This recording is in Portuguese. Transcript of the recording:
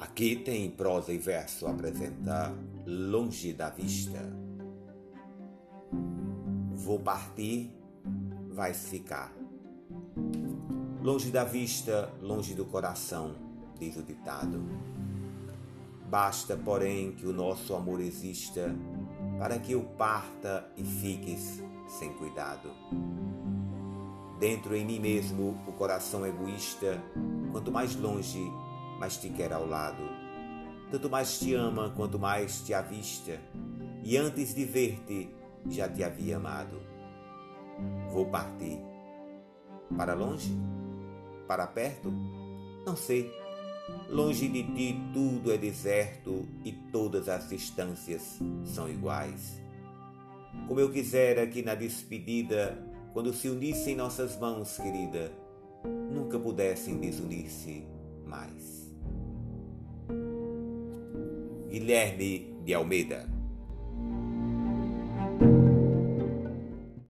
Aqui tem prosa e verso apresenta Longe da Vista. Vou partir, vais ficar. Longe da vista, longe do coração, diz o ditado. Basta, porém, que o nosso amor exista para que eu parta e fiques sem cuidado. Dentro em mim mesmo, o coração egoísta, quanto mais longe, mais te quer ao lado. Tanto mais te ama, quanto mais te avista, e antes de ver-te, já te havia amado. Vou partir. Para longe? Para perto? Não sei. Longe de ti tudo é deserto e todas as distâncias são iguais. Como eu quisera que na despedida, quando se unissem nossas mãos, querida, nunca pudessem desunir-se mais. Guilherme de Almeida.